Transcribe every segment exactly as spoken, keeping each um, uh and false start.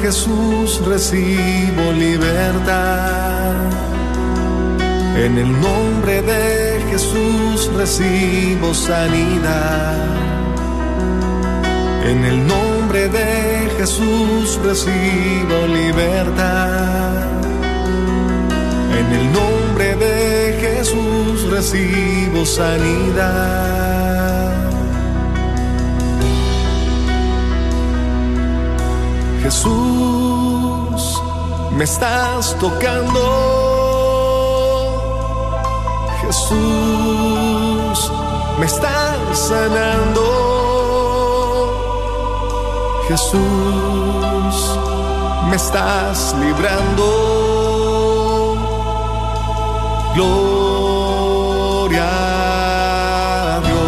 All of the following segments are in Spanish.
Jesús recibo libertad. En el nombre de Jesús recibo sanidad. En el nombre de Jesús recibo libertad. En el nombre de Jesús recibo sanidad. Jesús, me estás tocando. Jesús, me estás sanando. Jesús, me estás librando. Gloria a Dios.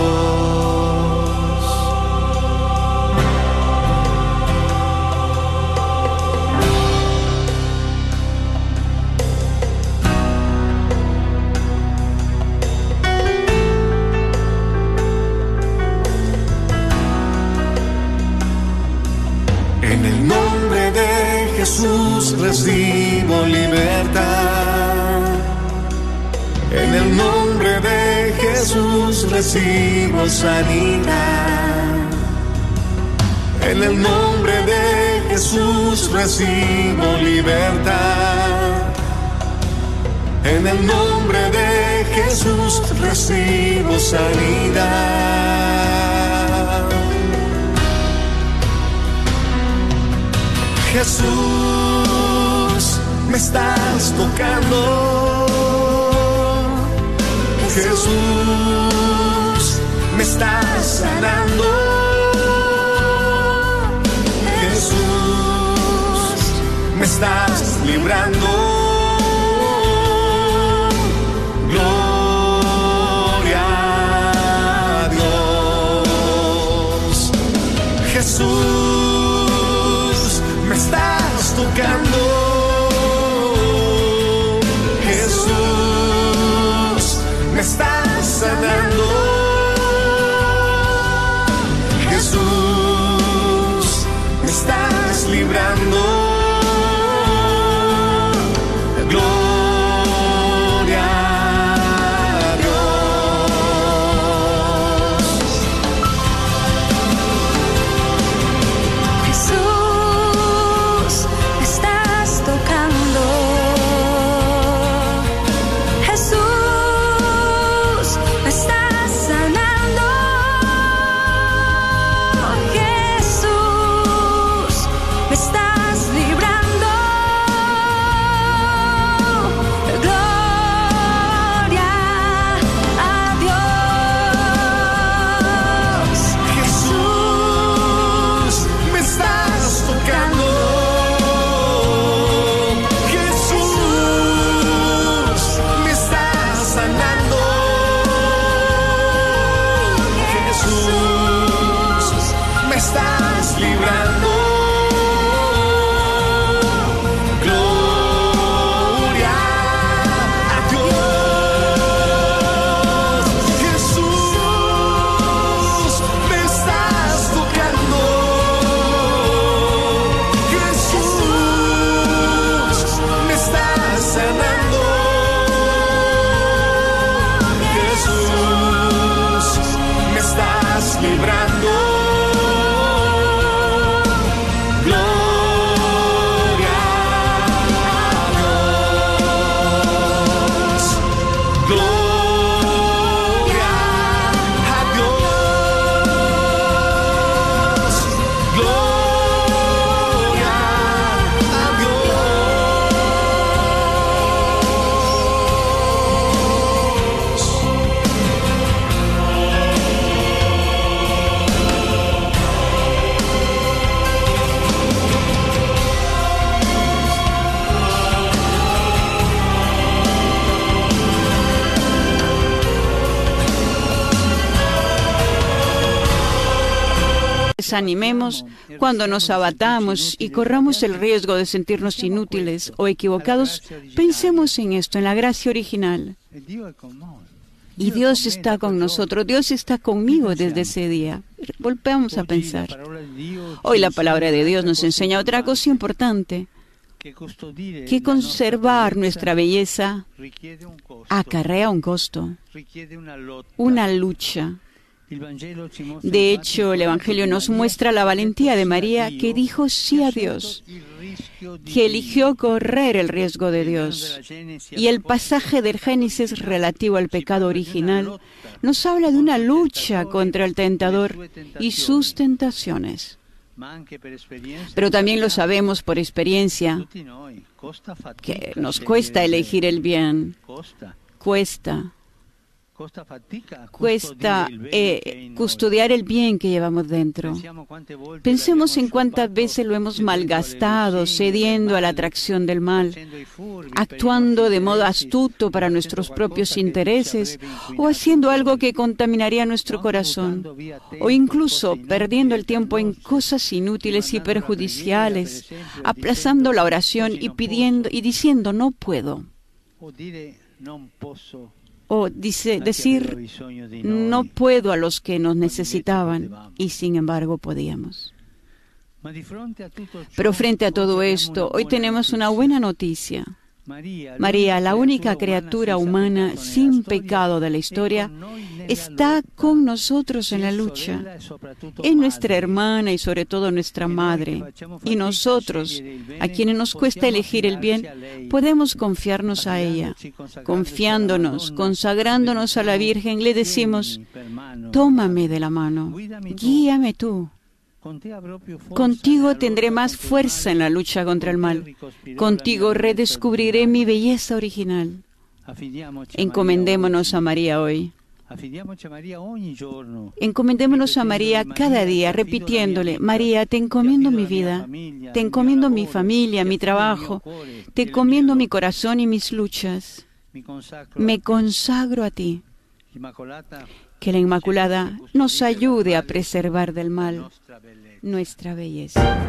En el nombre de Jesús recibo libertad. En el nombre de Jesús recibo sanidad. En el nombre de Jesús recibo libertad. En el nombre de Jesús recibo sanidad. Jesús, me estás tocando. Jesús, me estás sanando. Jesús, me estás librando. Gloria a Dios. Jesús, me estás tocando. Me estás sanando. Jesús, me estás librando. Gloria a Dios. Jesús, me estás tocando. Desanimemos cuando nos abatamos y corramos el riesgo de sentirnos inútiles o equivocados. Pensemos en esto, en la gracia original. Y Dios está con nosotros, Dios está conmigo desde ese día. Volvamos a pensar. Hoy la palabra de Dios nos enseña otra cosa importante, que conservar nuestra belleza acarrea un costo, una lucha. De hecho, el Evangelio nos muestra la valentía de María, que dijo sí a Dios, que eligió correr el riesgo de Dios. Y el pasaje del Génesis relativo al pecado original nos habla de una lucha contra el tentador y sus tentaciones. Pero también lo sabemos por experiencia, que nos cuesta elegir el bien, cuesta. Cuesta eh, custodiar el bien que llevamos dentro. Pensemos en cuántas veces lo hemos malgastado, cediendo a la atracción del mal, actuando de modo astuto para nuestros propios intereses, o haciendo algo que contaminaría nuestro corazón, o incluso perdiendo el tiempo en cosas inútiles y perjudiciales, aplazando la oración y pidiendo y diciendo no puedo. O dice, decir, no puedo a los que nos necesitaban, y sin embargo podíamos. Pero frente a todo esto, hoy tenemos una buena noticia. María, la única criatura humana sin pecado de la historia, está con nosotros en la lucha. Es nuestra hermana y sobre todo nuestra madre. Y nosotros, a quienes nos cuesta elegir el bien, podemos confiarnos a ella. Confiándonos, consagrándonos a la Virgen, le decimos, tómame de la mano, guíame tú. Contigo tendré más fuerza en la lucha contra el mal. Contigo redescubriré mi belleza original. Encomendémonos a María hoy. Encomendémonos a María cada día, repitiéndole, María, te encomiendo mi vida, te encomiendo mi familia, mi trabajo, te encomiendo mi corazón y mis luchas. Me consagro a ti. Que la Inmaculada nos ayude a preservar del mal nuestra belleza.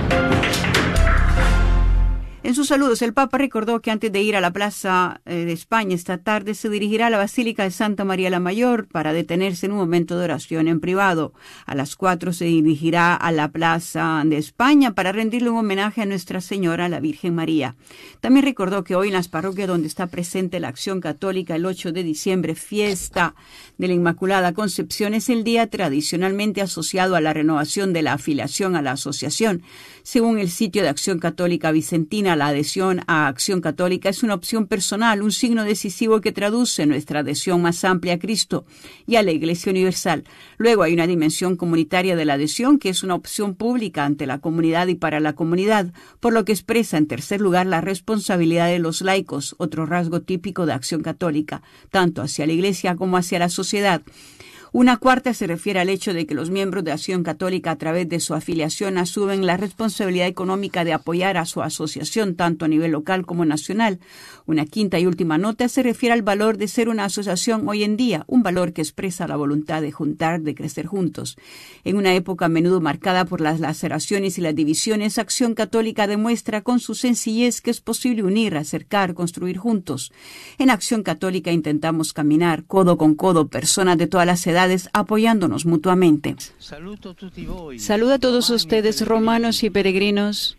En sus saludos, el Papa recordó que antes de ir a la Plaza eh, de España esta tarde se dirigirá a la Basílica de Santa María la Mayor para detenerse en un momento de oración en privado. A las cuatro se dirigirá a la Plaza de España para rendirle un homenaje a Nuestra Señora, la Virgen María. También recordó que hoy en las parroquias donde está presente la Acción Católica, el ocho de diciembre, fiesta de la Inmaculada Concepción, es el día tradicionalmente asociado a la renovación de la afiliación a la asociación. Según el sitio de Acción Católica Vicentina, la adhesión a Acción Católica es una opción personal, un signo decisivo que traduce nuestra adhesión más amplia a Cristo y a la Iglesia Universal. Luego hay una dimensión comunitaria de la adhesión, que es una opción pública ante la comunidad y para la comunidad, por lo que expresa en tercer lugar la responsabilidad de los laicos, otro rasgo típico de Acción Católica, tanto hacia la Iglesia como hacia la sociedad. Una cuarta se refiere al hecho de que los miembros de Acción Católica, a través de su afiliación, asumen la responsabilidad económica de apoyar a su asociación tanto a nivel local como nacional. Una quinta y última nota se refiere al valor de ser una asociación hoy en día, un valor que expresa la voluntad de juntar, de crecer juntos. En una época a menudo marcada por las laceraciones y las divisiones, Acción Católica demuestra con su sencillez que es posible unir, acercar, construir juntos. En Acción Católica intentamos caminar codo con codo, personas de todas las edades, apoyándonos mutuamente. Saludo a todos ustedes, romanos y peregrinos,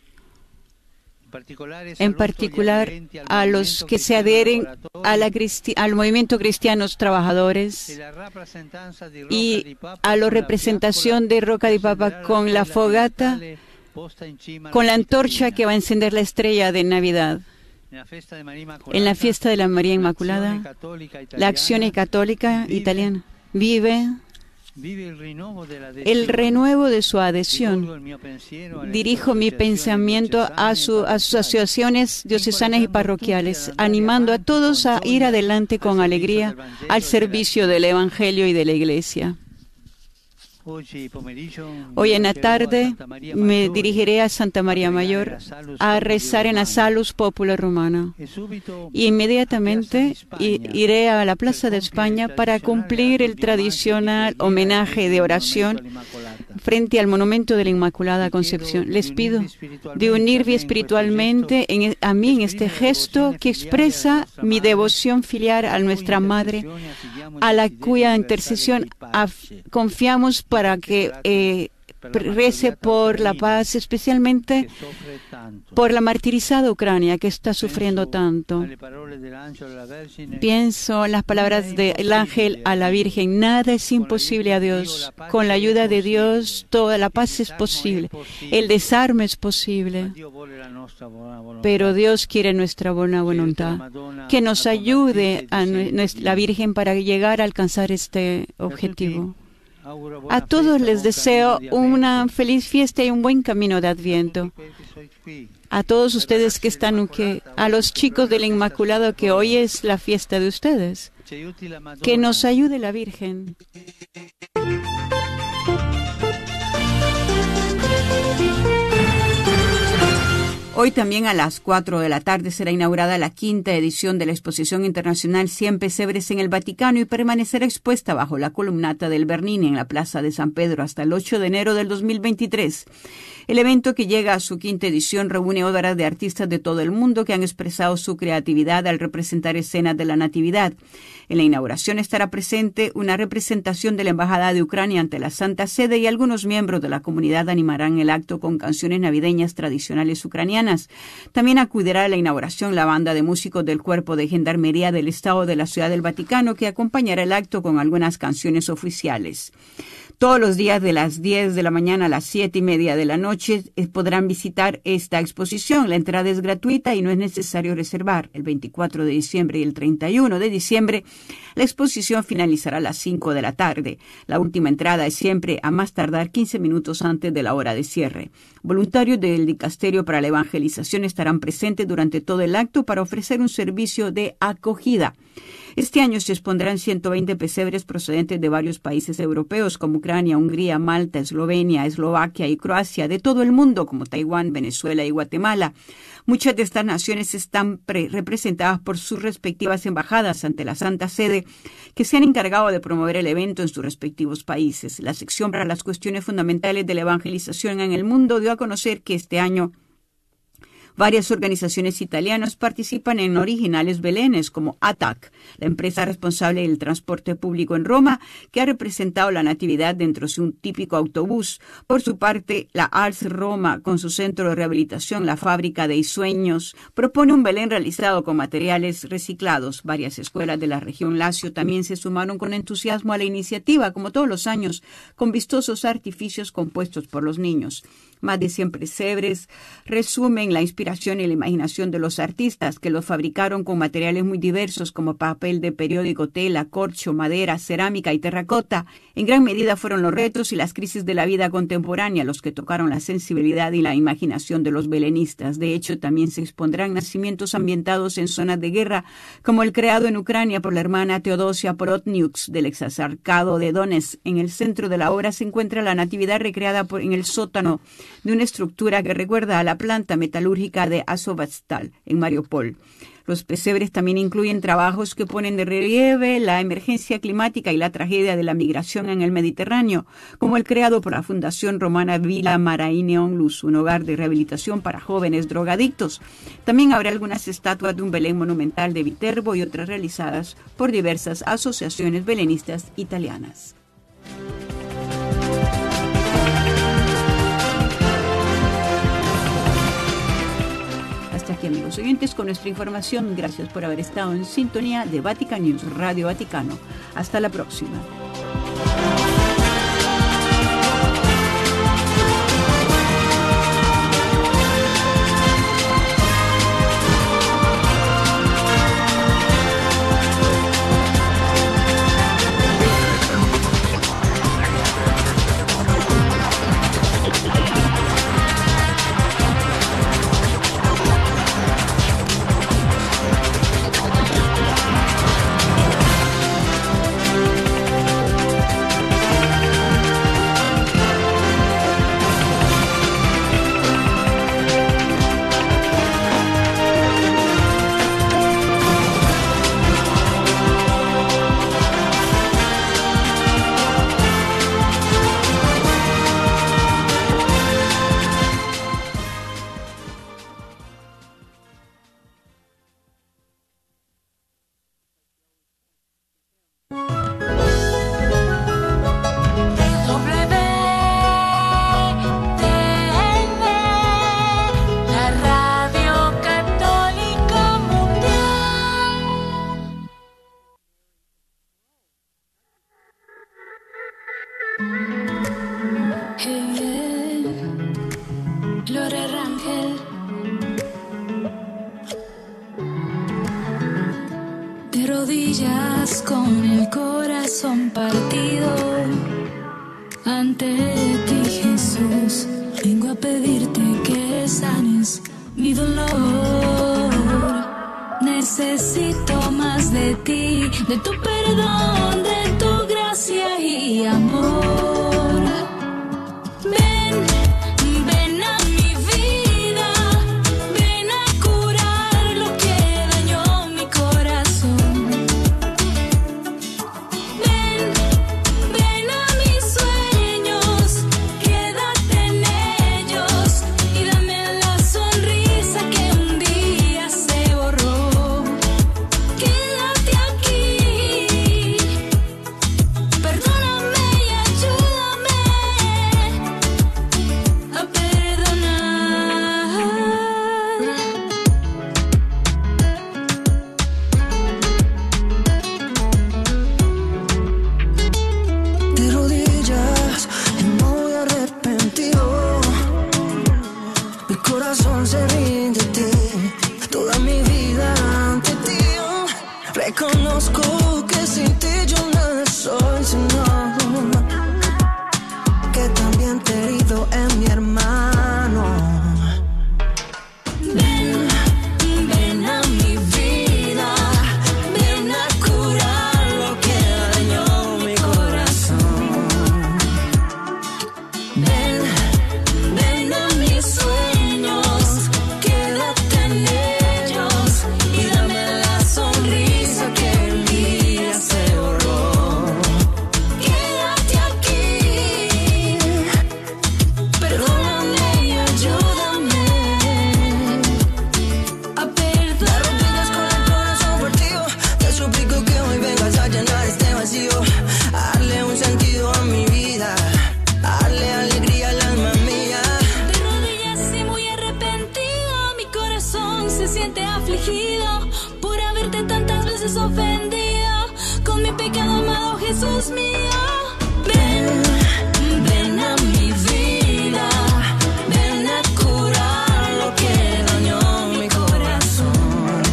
en particular a los que se adhieren a la cristi- al movimiento Cristianos Trabajadores y a la representación de Rocca di Papa con la fogata, con la antorcha que va a encender la estrella de Navidad. En la fiesta de la María Inmaculada, la Acción Católica Italiana vive el renuevo de su adhesión. Dirijo mi pensamiento a, su, a sus asociaciones diocesanas y parroquiales, animando a todos a ir adelante con alegría al servicio del Evangelio y de la Iglesia. Hoy en la tarde me dirigiré a Santa María Mayor a rezar en la Salus Populi Romana. Y inmediatamente iré a la Plaza de España para cumplir el tradicional homenaje de oración frente al monumento de la Inmaculada Concepción. Les pido de unirme espiritualmente en, a mí en este gesto que expresa mi devoción filial a nuestra Madre, a la cuya intercesión confiamos para que eh, rece por la paz, especialmente por la martirizada Ucrania que está sufriendo tanto. Pienso en las palabras del ángel a la Virgen: nada es imposible a Dios. Con la ayuda de Dios, toda la paz es posible. El desarme es posible. Pero Dios quiere nuestra buena voluntad. Que nos ayude a la Virgen para llegar a alcanzar este objetivo. A todos les deseo una feliz fiesta y un buen camino de Adviento. A todos ustedes que están aquí, a los chicos del Inmaculado, que hoy es la fiesta de ustedes, que nos ayude la Virgen. Hoy también a las cuatro de la tarde será inaugurada la quinta edición de la Exposición Internacional cien Pesebres en el Vaticano y permanecerá expuesta bajo la columnata del Bernini en la Plaza de San Pedro hasta el ocho de enero del dos mil veintitrés. El evento, que llega a su quinta edición, reúne obras de artistas de todo el mundo que han expresado su creatividad al representar escenas de la Natividad. En la inauguración estará presente una representación de la Embajada de Ucrania ante la Santa Sede y algunos miembros de la comunidad animarán el acto con canciones navideñas tradicionales ucranianas. También acudirá a la inauguración la banda de músicos del Cuerpo de Gendarmería del Estado de la Ciudad del Vaticano, que acompañará el acto con algunas canciones oficiales. Todos los días de las diez de la mañana a las siete y media de la noche podrán visitar esta exposición. La entrada es gratuita y no es necesario reservar. El veinticuatro de diciembre y el treinta y uno de diciembre la exposición finalizará a las cinco de la tarde. La última entrada es siempre a más tardar quince minutos antes de la hora de cierre. Voluntarios del Dicasterio para la Evangelización estarán presentes durante todo el acto para ofrecer un servicio de acogida. Este año se expondrán ciento veinte pesebres procedentes de varios países europeos como Ucrania, Hungría, Malta, Eslovenia, Eslovaquia y Croacia, de todo el mundo como Taiwán, Venezuela y Guatemala. Muchas de estas naciones están representadas por sus respectivas embajadas ante la Santa Sede, que se han encargado de promover el evento en sus respectivos países. La sección para las cuestiones fundamentales de la evangelización en el mundo dio a conocer que este año varias organizaciones italianas participan en originales belenes como A T A C, la empresa responsable del transporte público en Roma, que ha representado la Natividad dentro de un típico autobús. Por su parte, la Ars Roma, con su centro de rehabilitación, la Fábrica de Sueños, propone un Belén realizado con materiales reciclados. Varias escuelas de la región Lazio también se sumaron con entusiasmo a la iniciativa, como todos los años, con vistosos artificios compuestos por los niños. Más de cien pesebres resumen la inspiración y la imaginación de los artistas, que los fabricaron con materiales muy diversos como papel de periódico, tela, corcho, madera, cerámica y terracota. En gran medida fueron los retos y las crisis de la vida contemporánea los que tocaron la sensibilidad y la imaginación de los belenistas. De hecho, también se expondrán nacimientos ambientados en zonas de guerra, como el creado en Ucrania por la hermana Teodosia Porotniuks del exarcado de Donetsk. En el centro de la obra se encuentra la Natividad recreada por, en el sótano de una estructura que recuerda a la planta metalúrgica de Azovstal en Mariupol. Los pesebres también incluyen trabajos que ponen de relieve la emergencia climática y la tragedia de la migración en el Mediterráneo, como el creado por la Fundación Romana Villa Marainion Luz, un hogar de rehabilitación para jóvenes drogadictos. También habrá algunas estatuas de un Belén monumental de Viterbo y otras realizadas por diversas asociaciones belenistas italianas. Hasta aquí, amigos oyentes, con nuestra información. Gracias por haber estado en sintonía de Vatican News, Radio Vaticano. Hasta la próxima. Con el corazón partido ante ti, Jesús, vengo a pedirte que sanes mi dolor. Necesito más de ti, de tu perdón, de tu gracia y amor. Ven, ven a mi vida, ven a curar lo que dañó mi corazón. Reconozco que sin ti yo no soy, Señor, que también te he herido en mi hermano. Ven, ven a mi vida, ven a curar lo que dañó mi corazón. Ven, ven a mis sueños, quédate en ellos y dame la sonrisa que un día se borró. Quédate aquí, perdóname y ayúdame a perdonar. De rodillas con el corazón partido, te suplico que hoy vengas a llenar este vacío, a darle un sentido a mi vida, a darle alegría al alma mía. De rodillas y muy arrepentido, mi corazón se siente afligido por haberte tantas veces ofendido con mi pecado, amado Jesús mío. Ven, ven a mi vida, ven a curar lo que dañó mi corazón.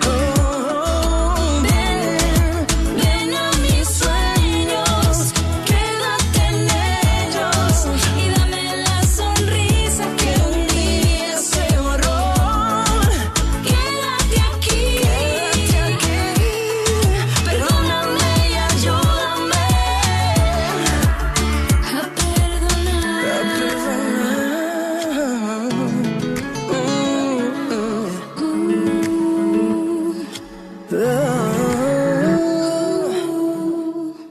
Ven, ven a mis sueños, quédate en ellos y dame la sonrisa que un día se borró. Quédate aquí, perdóname y ayúdame a perdonar.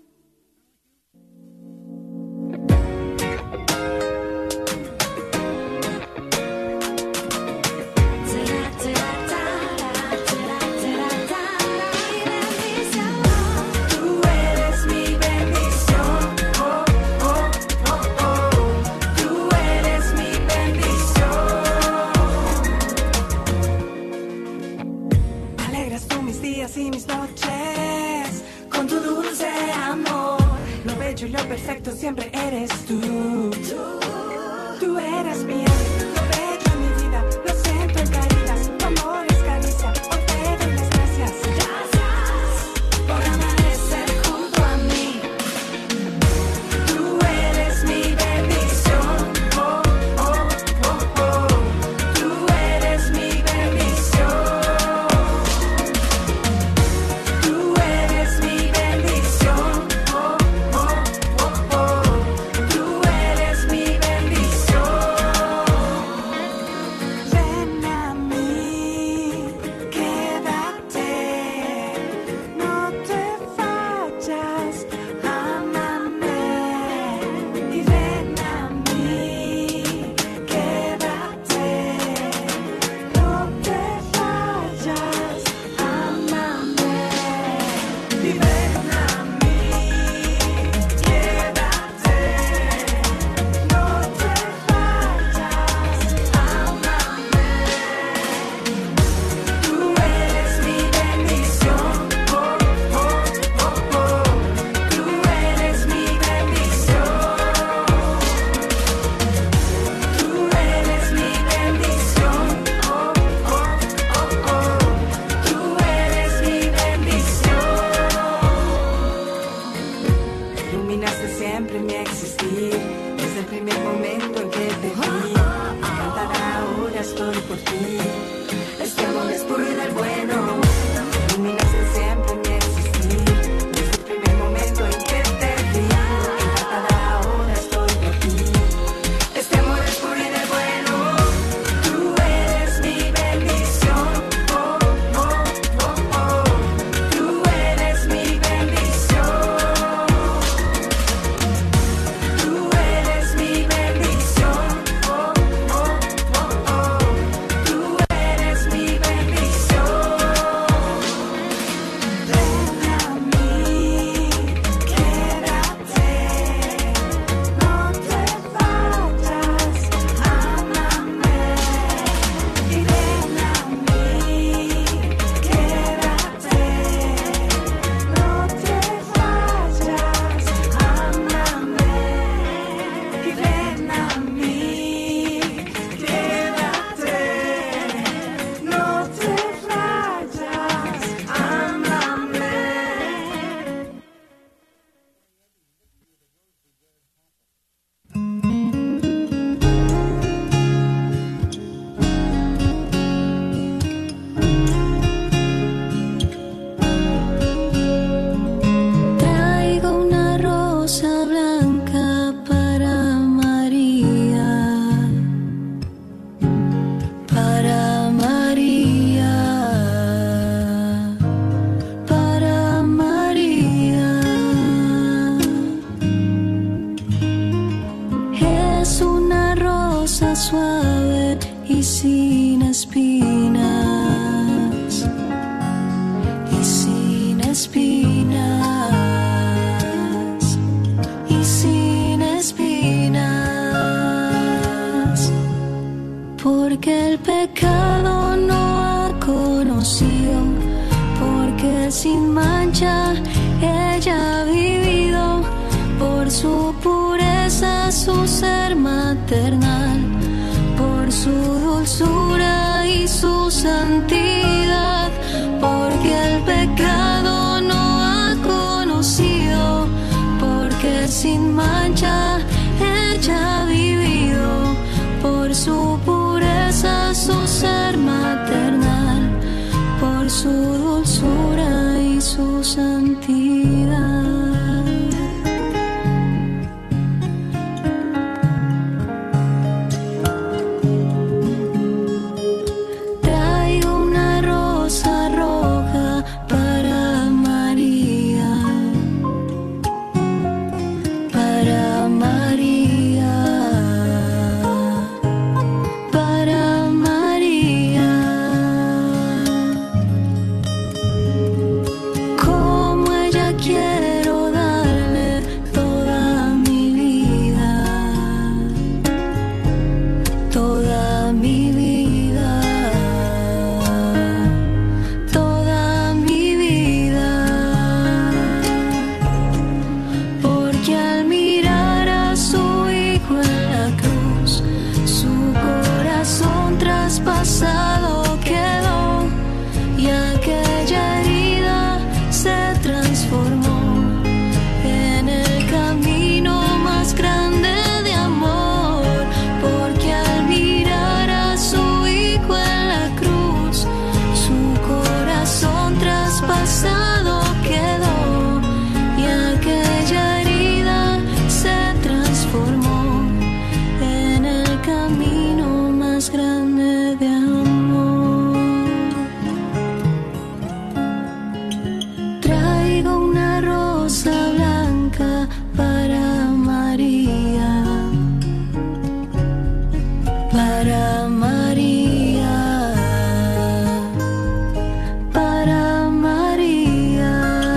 Tú eres mi bendición, oh, oh, oh, oh. Tú eres mi bendición. Alegras tú mis días y mis noches con tu dulce amor. Lo bello y lo perfecto siempre eres tú. Tú eres mi ángel, lo bello en mi vida, lo siento en caídas. Tu amor es caricia, hoy te doy las gracias. Gracias por amanecer junto a mí. Tú eres mi bendición, oh, oh, oh, oh. Tú eres mi bendición. Tú eres mi bendición, oh, oh, oh, oh. Tú eres mi bendición. Ven a mí. iluminaste siempre mi existir, desde el primer momento en que te vi. Encantada ahora estoy por ti. Este amor es puro y del bueno. Iluminaste siempre mi existir, desde el primer momento en que te vi. Encantada ahora estoy por ti. Este amor es puro y del bueno. Tú eres mi bendición. Oh, oh, oh, oh. Tú eres mi bendición. Tú eres mi bendición. Oh, oh, oh, oh. Tú eres mi bendición. Ven a mí, quédate, no te vayas, ámame. Y ven a mí, quédate, no te vayas, ámame. Y ven a mí, quédate, no te vayas, ámame. Traigo una rosa blanca para María, para María, para María. Es una rosa suave y sin espinas, y sin espinas, y sin espinas, porque el pecado no ha conocido, porque sin mancha ella ha vivido, por su pureza, su ser maternal, por su dulzura y su santidad, porque el pecado no ha conocido, porque sin mancha ella ha vivido, por su pureza, su ser maternal, por su dulzura y su santidad. Traigo una rosa roja para María, para María, para María. Como ella quiero darle toda mi vida, toda mi vida, toda mi vida, porque al mirar a su hijo en la cruz, su corazón traspasado quedó, y aquella herida se transformó en el camino más grande de amor, porque al mirar a su hijo en la cruz, su corazón traspasado quedó, y aquella herida se transformó en el camino más grande de amor. Traigo una rosa blanca para María, para María, para María.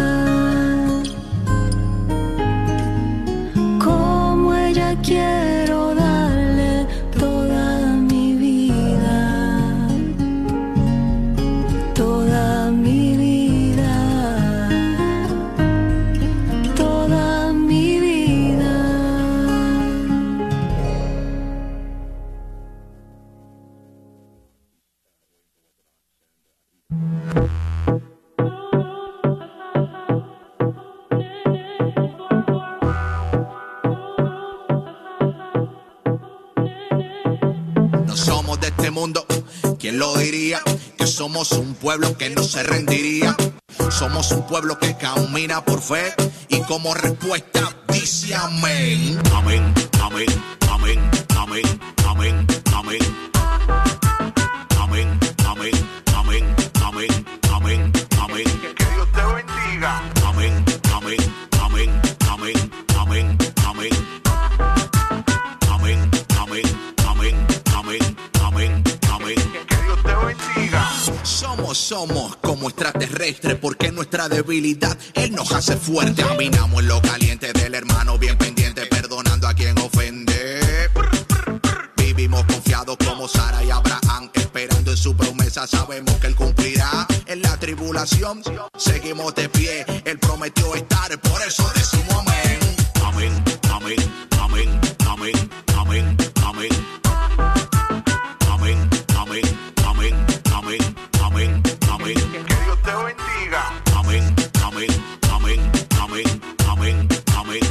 Como ella quiero darle toda mi vida, toda mi vida, toda mi vida. este mundo. ¿Quién lo diría? Que somos un pueblo que no se rendiría. Somos un pueblo que camina por fe y como respuesta dice amén. Amén, amén, amén, amén, amén, amén. Amén, amén, amén, amén, amén, amén. Que Dios te bendiga. Amén, amén, amén, amén, amén, amén. Amén, amén, amén, amén, amén, amén. Que Dios te bendiga. Somos, somos como extraterrestres porque nuestra debilidad Él nos hace fuerte. Caminamos en lo caliente del hermano bien pendiente, perdonando a quien ofende. Vivimos confiados como Sara y Abraham, esperando en su promesa, sabemos que Él cumplirá. En la tribulación seguimos de pie, Él prometió estar, por eso decimos amén. Amén, amén, amén, amén, amén, amén. Amén, amén, amén, amén, amén, amén. Que Dios te bendiga. Amén, amén, amén, amén, amén, amén.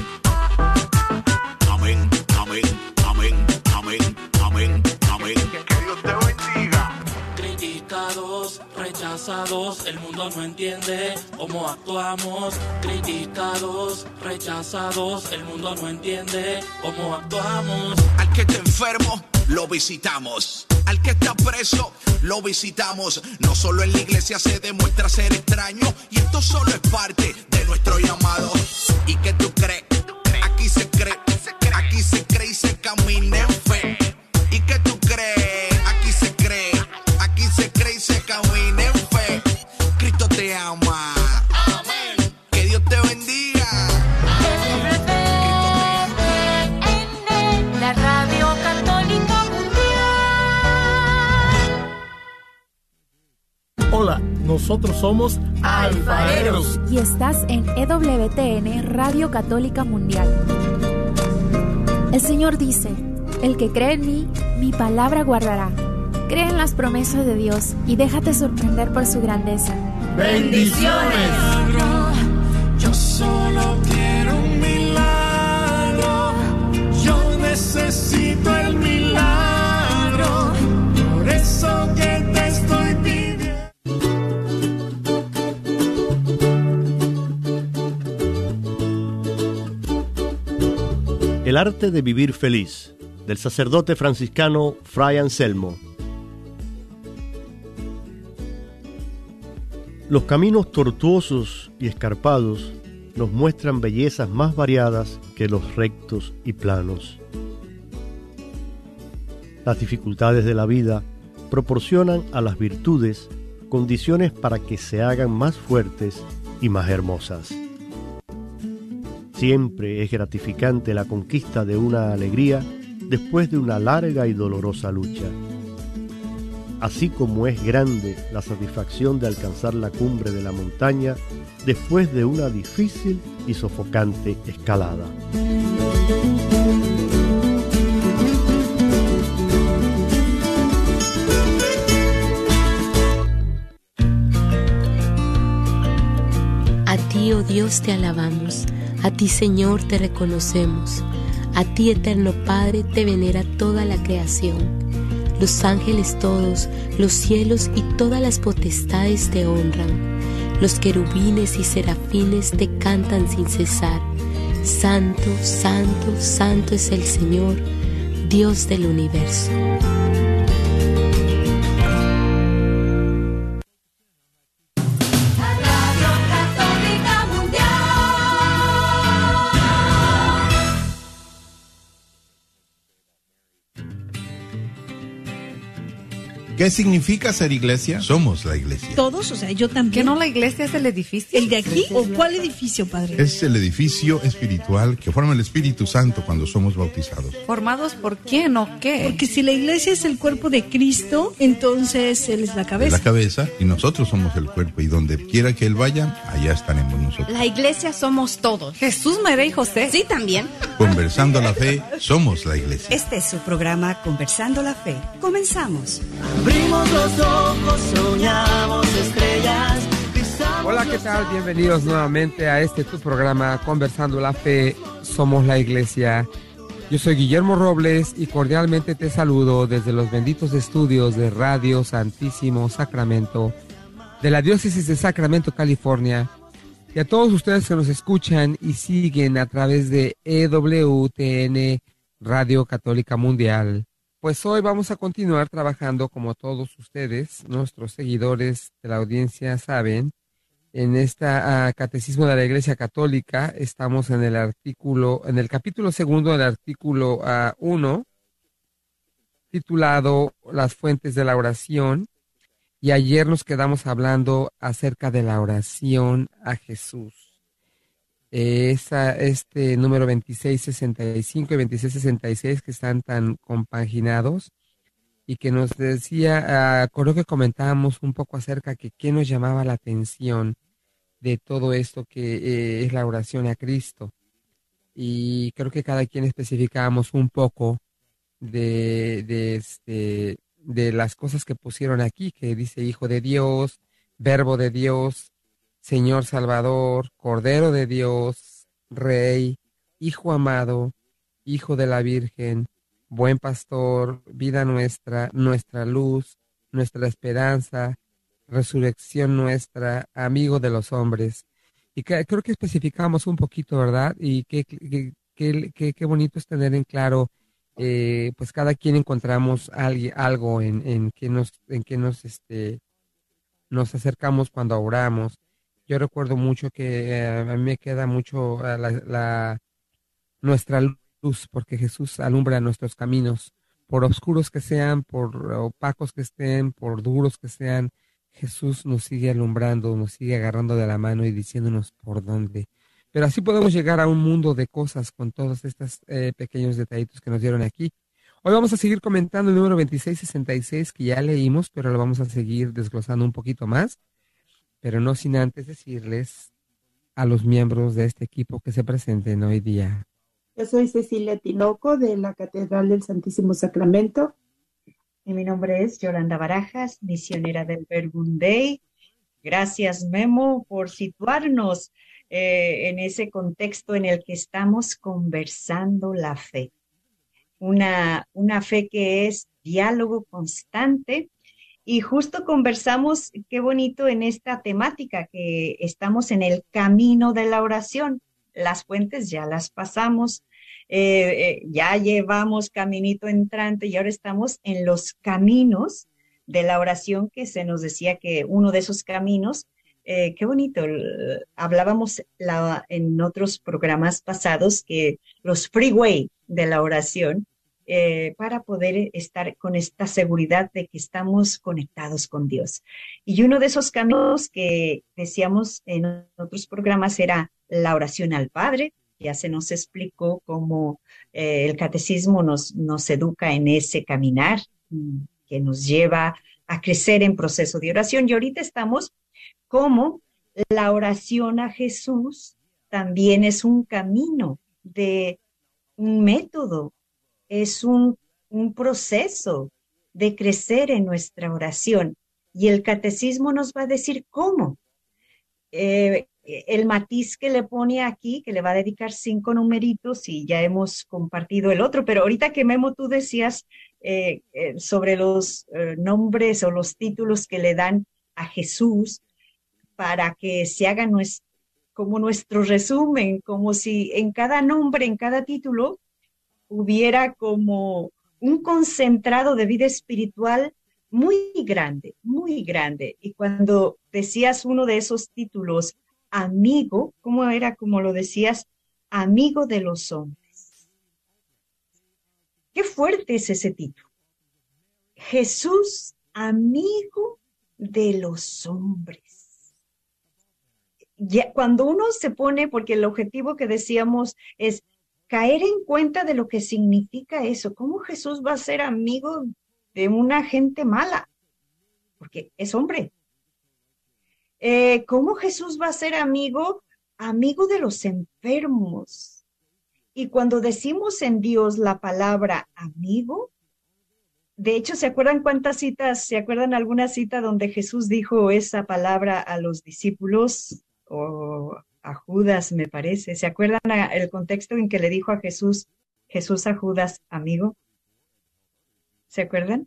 Amén, amén, amén, amén, amén, amén. Que Dios te bendiga. Criticados, rechazados, el mundo no entiende cómo actuamos. Criticados, rechazados, el mundo no entiende cómo actuamos. Al que está enfermo, lo visitamos. Al que está preso, lo visitamos. No solo en la iglesia se demuestra ser extraño, y esto solo es parte de nuestro llamado. ¿Y qué tú crees? Aquí se cree, aquí se cree y se camina en fe. ¿Y qué tú crees? Aquí se cree, aquí se cree y se camina en fe. Cristo te ama. Amén. Que Dios te bendiga. En la Radio Católica Mundial. Hola, nosotros somos alfareros. Y estás en E W T N Radio Católica Mundial. El Señor dice: el que cree en mí, mi palabra guardará. Cree en las promesas de Dios y déjate sorprender por su grandeza. ¡Bendiciones! Yo solo quiero un milagro. Yo necesito el milagro. Por eso que te estoy pidiendo. El arte de vivir feliz, del sacerdote franciscano Fray Anselmo. Los caminos tortuosos y escarpados nos muestran bellezas más variadas que los rectos y planos. Las dificultades de la vida proporcionan a las virtudes condiciones para que se hagan más fuertes y más hermosas. Siempre es gratificante la conquista de una alegría después de una larga y dolorosa lucha. Así como es grande la satisfacción de alcanzar la cumbre de la montaña después de una difícil y sofocante escalada. A ti, oh Dios, te alabamos. A ti, Señor, te reconocemos. A ti, eterno Padre, te venera toda la creación. Los ángeles todos, los cielos y todas las potestades te honran. Los querubines y serafines te cantan sin cesar. Santo, santo, santo es el Señor, Dios del universo. ¿Qué significa ser iglesia? Somos la iglesia. Todos, o sea, yo también. ¿Que no la iglesia es el edificio? ¿El de aquí o cuál edificio, padre? Es el edificio espiritual que forma el Espíritu Santo cuando somos bautizados. ¿Formados por quién o qué? Porque si la iglesia es el cuerpo de Cristo, entonces Él es la cabeza. Es la cabeza y nosotros somos el cuerpo, y donde quiera que Él vaya, allá estaremos nosotros. La iglesia somos todos. Jesús, María y José. Sí, también. Conversando la fe, somos la iglesia. Este es su programa Conversando la Fe. Comenzamos. Abrimos los ojos, soñamos estrellas. Hola, ¿qué tal? Bienvenidos nuevamente a este tu programa Conversando la Fe, somos la iglesia. Yo soy Guillermo Robles y cordialmente te saludo desde los benditos estudios de Radio Santísimo Sacramento de la Diócesis de Sacramento, California, y a todos ustedes que nos escuchan y siguen a través de E W T N Radio Católica Mundial. Pues hoy vamos a continuar trabajando, como todos ustedes, nuestros seguidores de la audiencia saben, en esta uh, Catecismo de la Iglesia Católica. Estamos en el artículo, en el capítulo segundo del artículo uh, uno, titulado Las fuentes de la oración, y ayer nos quedamos hablando acerca de la oración a Jesús. Eh, esa, este número veintiséis sesenta y cinco y veintiséis sesenta y seis que están tan compaginados, y que nos decía, uh, creo que comentábamos un poco acerca de qué nos llamaba la atención de todo esto que eh, es la oración a Cristo. Y creo que cada quien especificábamos un poco de, de, este, de las cosas que pusieron aquí, que dice Hijo de Dios, Verbo de Dios, Señor Salvador, Cordero de Dios, Rey, Hijo amado, Hijo de la Virgen, Buen Pastor, vida nuestra, nuestra luz, nuestra esperanza, resurrección nuestra, amigo de los hombres. Y que, creo que especificamos un poquito, ¿verdad? Y qué que, que, que, que bonito es tener en claro, eh, pues cada quien encontramos algo, algo en, en que nos, en que nos, este, nos acercamos cuando oramos. Yo recuerdo mucho que eh, a mí me queda mucho uh, la, la, nuestra luz, luz, porque Jesús alumbra nuestros caminos, por oscuros que sean, por opacos que estén, por duros que sean. Jesús nos sigue alumbrando, nos sigue agarrando de la mano y diciéndonos por dónde. Pero así podemos llegar a un mundo de cosas con todos estos eh, pequeños detallitos que nos dieron aquí. Hoy vamos a seguir comentando el número veintiséis sesenta y seis que ya leímos, pero lo vamos a seguir desglosando un poquito más, pero no sin antes decirles a los miembros de este equipo que se presenten hoy día. Yo soy Cecilia Tinoco de la Catedral del Santísimo Sacramento. Y mi nombre es Yolanda Barajas, misionera del Verbum Dei. Gracias, Memo, por situarnos eh, en ese contexto en el que estamos conversando la fe. Una, una fe que es diálogo constante. Y justo conversamos, qué bonito en esta temática, que estamos en el camino de la oración. Las fuentes ya las pasamos, eh, eh, ya llevamos caminito entrante y ahora estamos en los caminos de la oración, que se nos decía que uno de esos caminos, eh, qué bonito, el, hablábamos la, en otros programas pasados que los freeway de la oración, eh, para poder estar con esta seguridad de que estamos conectados con Dios. Y uno de esos caminos que decíamos en otros programas era la oración al Padre. Ya se nos explicó cómo eh, el catecismo nos, nos educa en ese caminar mm, que nos lleva a crecer en proceso de oración. Y ahorita estamos como la oración a Jesús también es un camino, de un método, es un, un proceso de crecer en nuestra oración. Y el catecismo nos va a decir cómo. Eh, el matiz que le pone aquí, que le va a dedicar cinco numeritos, y ya hemos compartido el otro, pero ahorita que Memo tú decías eh, eh, sobre los eh, nombres o los títulos que le dan a Jesús para que se haga nuestro, como nuestro resumen, como si en cada nombre, en cada título, hubiera como un concentrado de vida espiritual muy grande, muy grande. Y cuando decías uno de esos títulos, amigo, ¿cómo era como lo decías? Amigo de los hombres. Qué fuerte es ese título. Jesús, amigo de los hombres. Ya, cuando uno se pone, porque el objetivo que decíamos es caer en cuenta de lo que significa eso. ¿Cómo Jesús va a ser amigo de una gente mala? Porque es hombre. Eh, ¿Cómo Jesús va a ser amigo? Amigo de los enfermos. Y cuando decimos en Dios la palabra amigo, de hecho, ¿se acuerdan cuántas citas, se acuerdan alguna cita donde Jesús dijo esa palabra a los discípulos? O a Judas, me parece. ¿Se acuerdan el contexto en que le dijo a Jesús, Jesús a Judas, amigo. ¿Se acuerdan?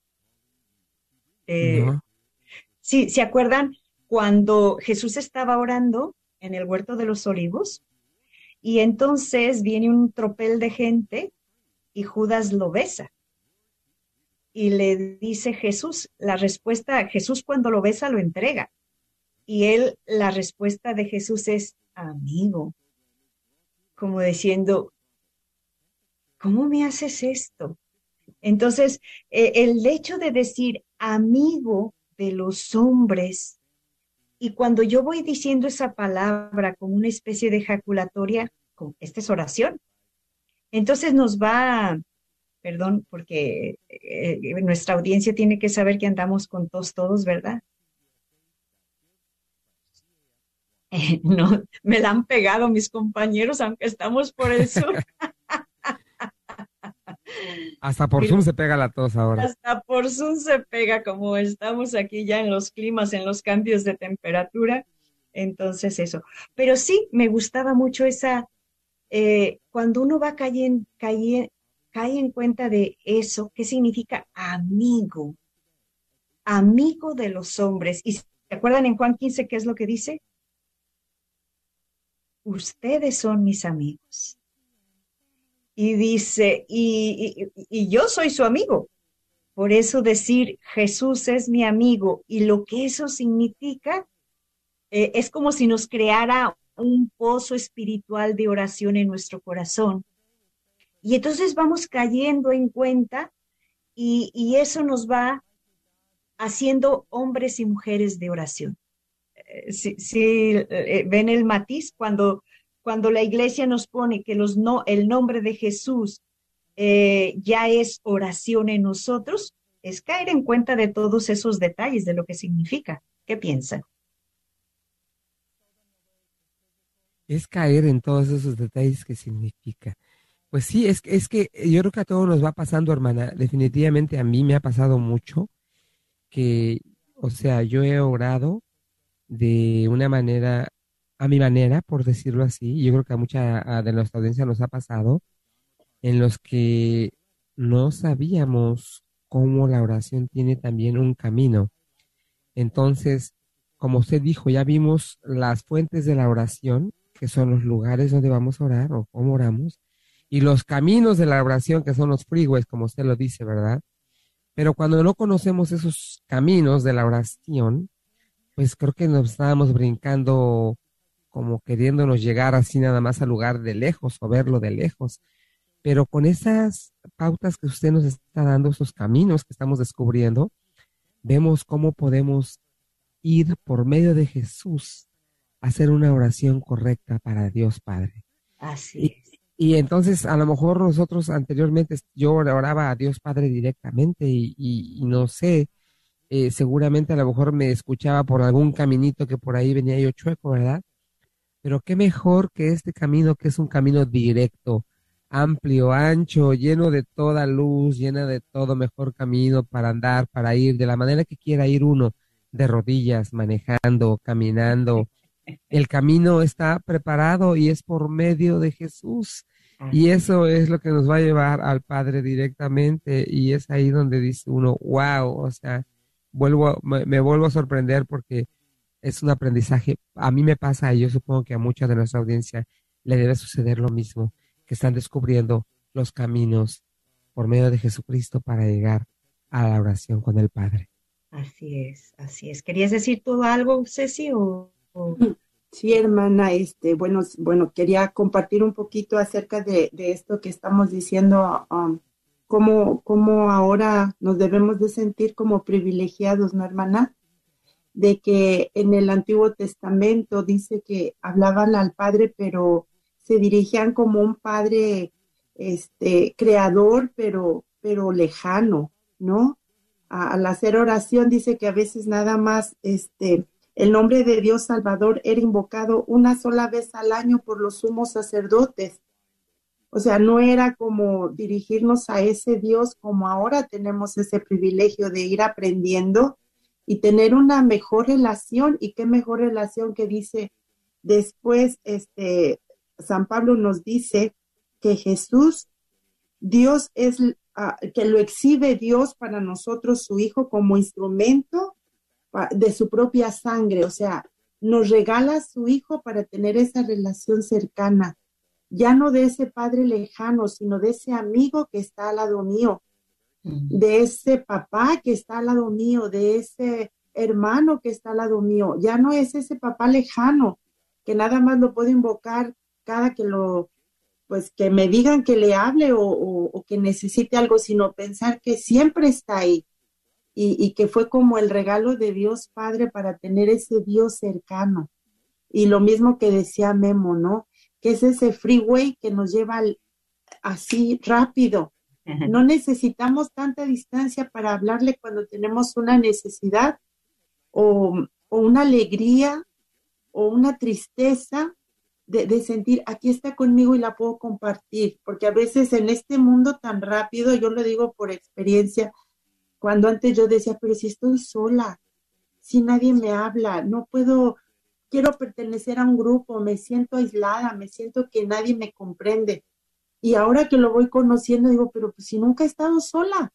Eh, No. Sí, ¿se acuerdan cuando Jesús estaba orando en el huerto de los olivos? Y entonces viene un tropel de gente y Judas lo besa. Y le dice Jesús, la respuesta, Jesús cuando lo besa lo entrega. Y él, la respuesta de Jesús es, amigo, como diciendo, ¿cómo me haces esto? Entonces, eh, el hecho de decir amigo de los hombres, y cuando yo voy diciendo esa palabra como una especie de ejaculatoria, como, esta es oración, entonces nos va, perdón, porque eh, nuestra audiencia tiene que saber que andamos con tos todos, ¿verdad? Eh, no, me la han pegado mis compañeros, aunque estamos por el sur. Hasta por Zoom se pega la tos ahora. Hasta por Zoom se pega, como estamos aquí ya en los climas, en los cambios de temperatura. Entonces eso. Pero sí, me gustaba mucho esa, eh, cuando uno va cayendo, cae, cae en cuenta de eso, ¿qué significa amigo? Amigo de los hombres. ¿Y se acuerdan en Juan quince qué es lo que dice? Ustedes son mis amigos. Y dice, y, y, y yo soy su amigo. Por eso decir Jesús es mi amigo y lo que eso significa eh, es como si nos creara un pozo espiritual de oración en nuestro corazón. Y entonces vamos cayendo en cuenta y, y eso nos va haciendo hombres y mujeres de oración. Eh, si, si eh, ven el matiz cuando... Cuando la iglesia nos pone que los no, el nombre de Jesús eh, ya es oración en nosotros, es caer en cuenta de todos esos detalles, de lo que significa. ¿Qué piensan? Es caer en todos esos detalles que significa. Pues sí, es, es que yo creo que a todos nos va pasando, hermana. Definitivamente a mí me ha pasado mucho que, o sea, yo he orado de una manera... a mi manera, por decirlo así, yo creo que a mucha a de nuestra audiencia nos ha pasado, en los que no sabíamos cómo la oración tiene también un camino. Entonces, como usted dijo, ya vimos las fuentes de la oración, que son los lugares donde vamos a orar o cómo oramos, y los caminos de la oración, que son los freeways, como usted lo dice, ¿verdad? Pero cuando no conocemos esos caminos de la oración, pues creo que nos estábamos brincando como queriéndonos llegar así nada más al lugar de lejos o verlo de lejos. Pero con esas pautas que usted nos está dando, esos caminos que estamos descubriendo, vemos cómo podemos ir por medio de Jesús a hacer una oración correcta para Dios Padre. Así es. Y, y entonces a lo mejor nosotros anteriormente, yo oraba a Dios Padre directamente y, y, y no sé, eh, seguramente a lo mejor me escuchaba por algún caminito que por ahí venía yo chueco, ¿verdad? Pero qué mejor que este camino, que es un camino directo, amplio, ancho, lleno de toda luz, lleno de todo mejor camino para andar, para ir, de la manera que quiera ir uno, de rodillas, manejando, caminando. El camino está preparado y es por medio de Jesús. Y eso es lo que nos va a llevar al Padre directamente. Y es ahí donde dice uno, wow, o sea, vuelvo, me, me vuelvo a sorprender porque es un aprendizaje. A mí me pasa, y yo supongo que a mucha de nuestra audiencia le debe suceder lo mismo, que están descubriendo los caminos por medio de Jesucristo para llegar a la oración con el Padre. Así es, así es. ¿Querías decir tú algo, Ceci? O, o... Sí, hermana, este, bueno, bueno, quería compartir un poquito acerca de, de esto que estamos diciendo, um, cómo, cómo ahora nos debemos de sentir como privilegiados, ¿no, hermana? De que en el Antiguo Testamento dice que hablaban al Padre, pero se dirigían como un Padre este, creador, pero, pero lejano, ¿no? A, al hacer oración dice que a veces nada más este, el nombre de Dios Salvador era invocado una sola vez al año por los sumos sacerdotes. O sea, no era como dirigirnos a ese Dios como ahora tenemos ese privilegio de ir aprendiendo y tener una mejor relación. Y qué mejor relación que dice después, este, San Pablo nos dice que Jesús Dios es, uh, que lo exhibe Dios para nosotros, su Hijo, como instrumento de su propia sangre, o sea, nos regala a su Hijo para tener esa relación cercana, ya no de ese padre lejano, sino de ese amigo que está al lado mío, de ese papá que está al lado mío, de ese hermano que está al lado mío. Ya no es ese papá lejano que nada más lo puedo invocar cada que lo, pues que me digan que le hable o, o, o que necesite algo, sino pensar que siempre está ahí y, y que fue como el regalo de Dios Padre para tener ese Dios cercano. Y lo mismo que decía Memo, ¿no? Que es ese freeway que nos lleva al, así rápido. No necesitamos tanta distancia para hablarle cuando tenemos una necesidad o, o una alegría o una tristeza de, de sentir, aquí está conmigo y la puedo compartir, porque a veces en este mundo tan rápido, yo lo digo por experiencia, cuando antes yo decía, pero si estoy sola, si nadie me habla, no puedo, quiero pertenecer a un grupo, me siento aislada, me siento que nadie me comprende. Y ahora que lo voy conociendo, digo, pero pues si nunca he estado sola.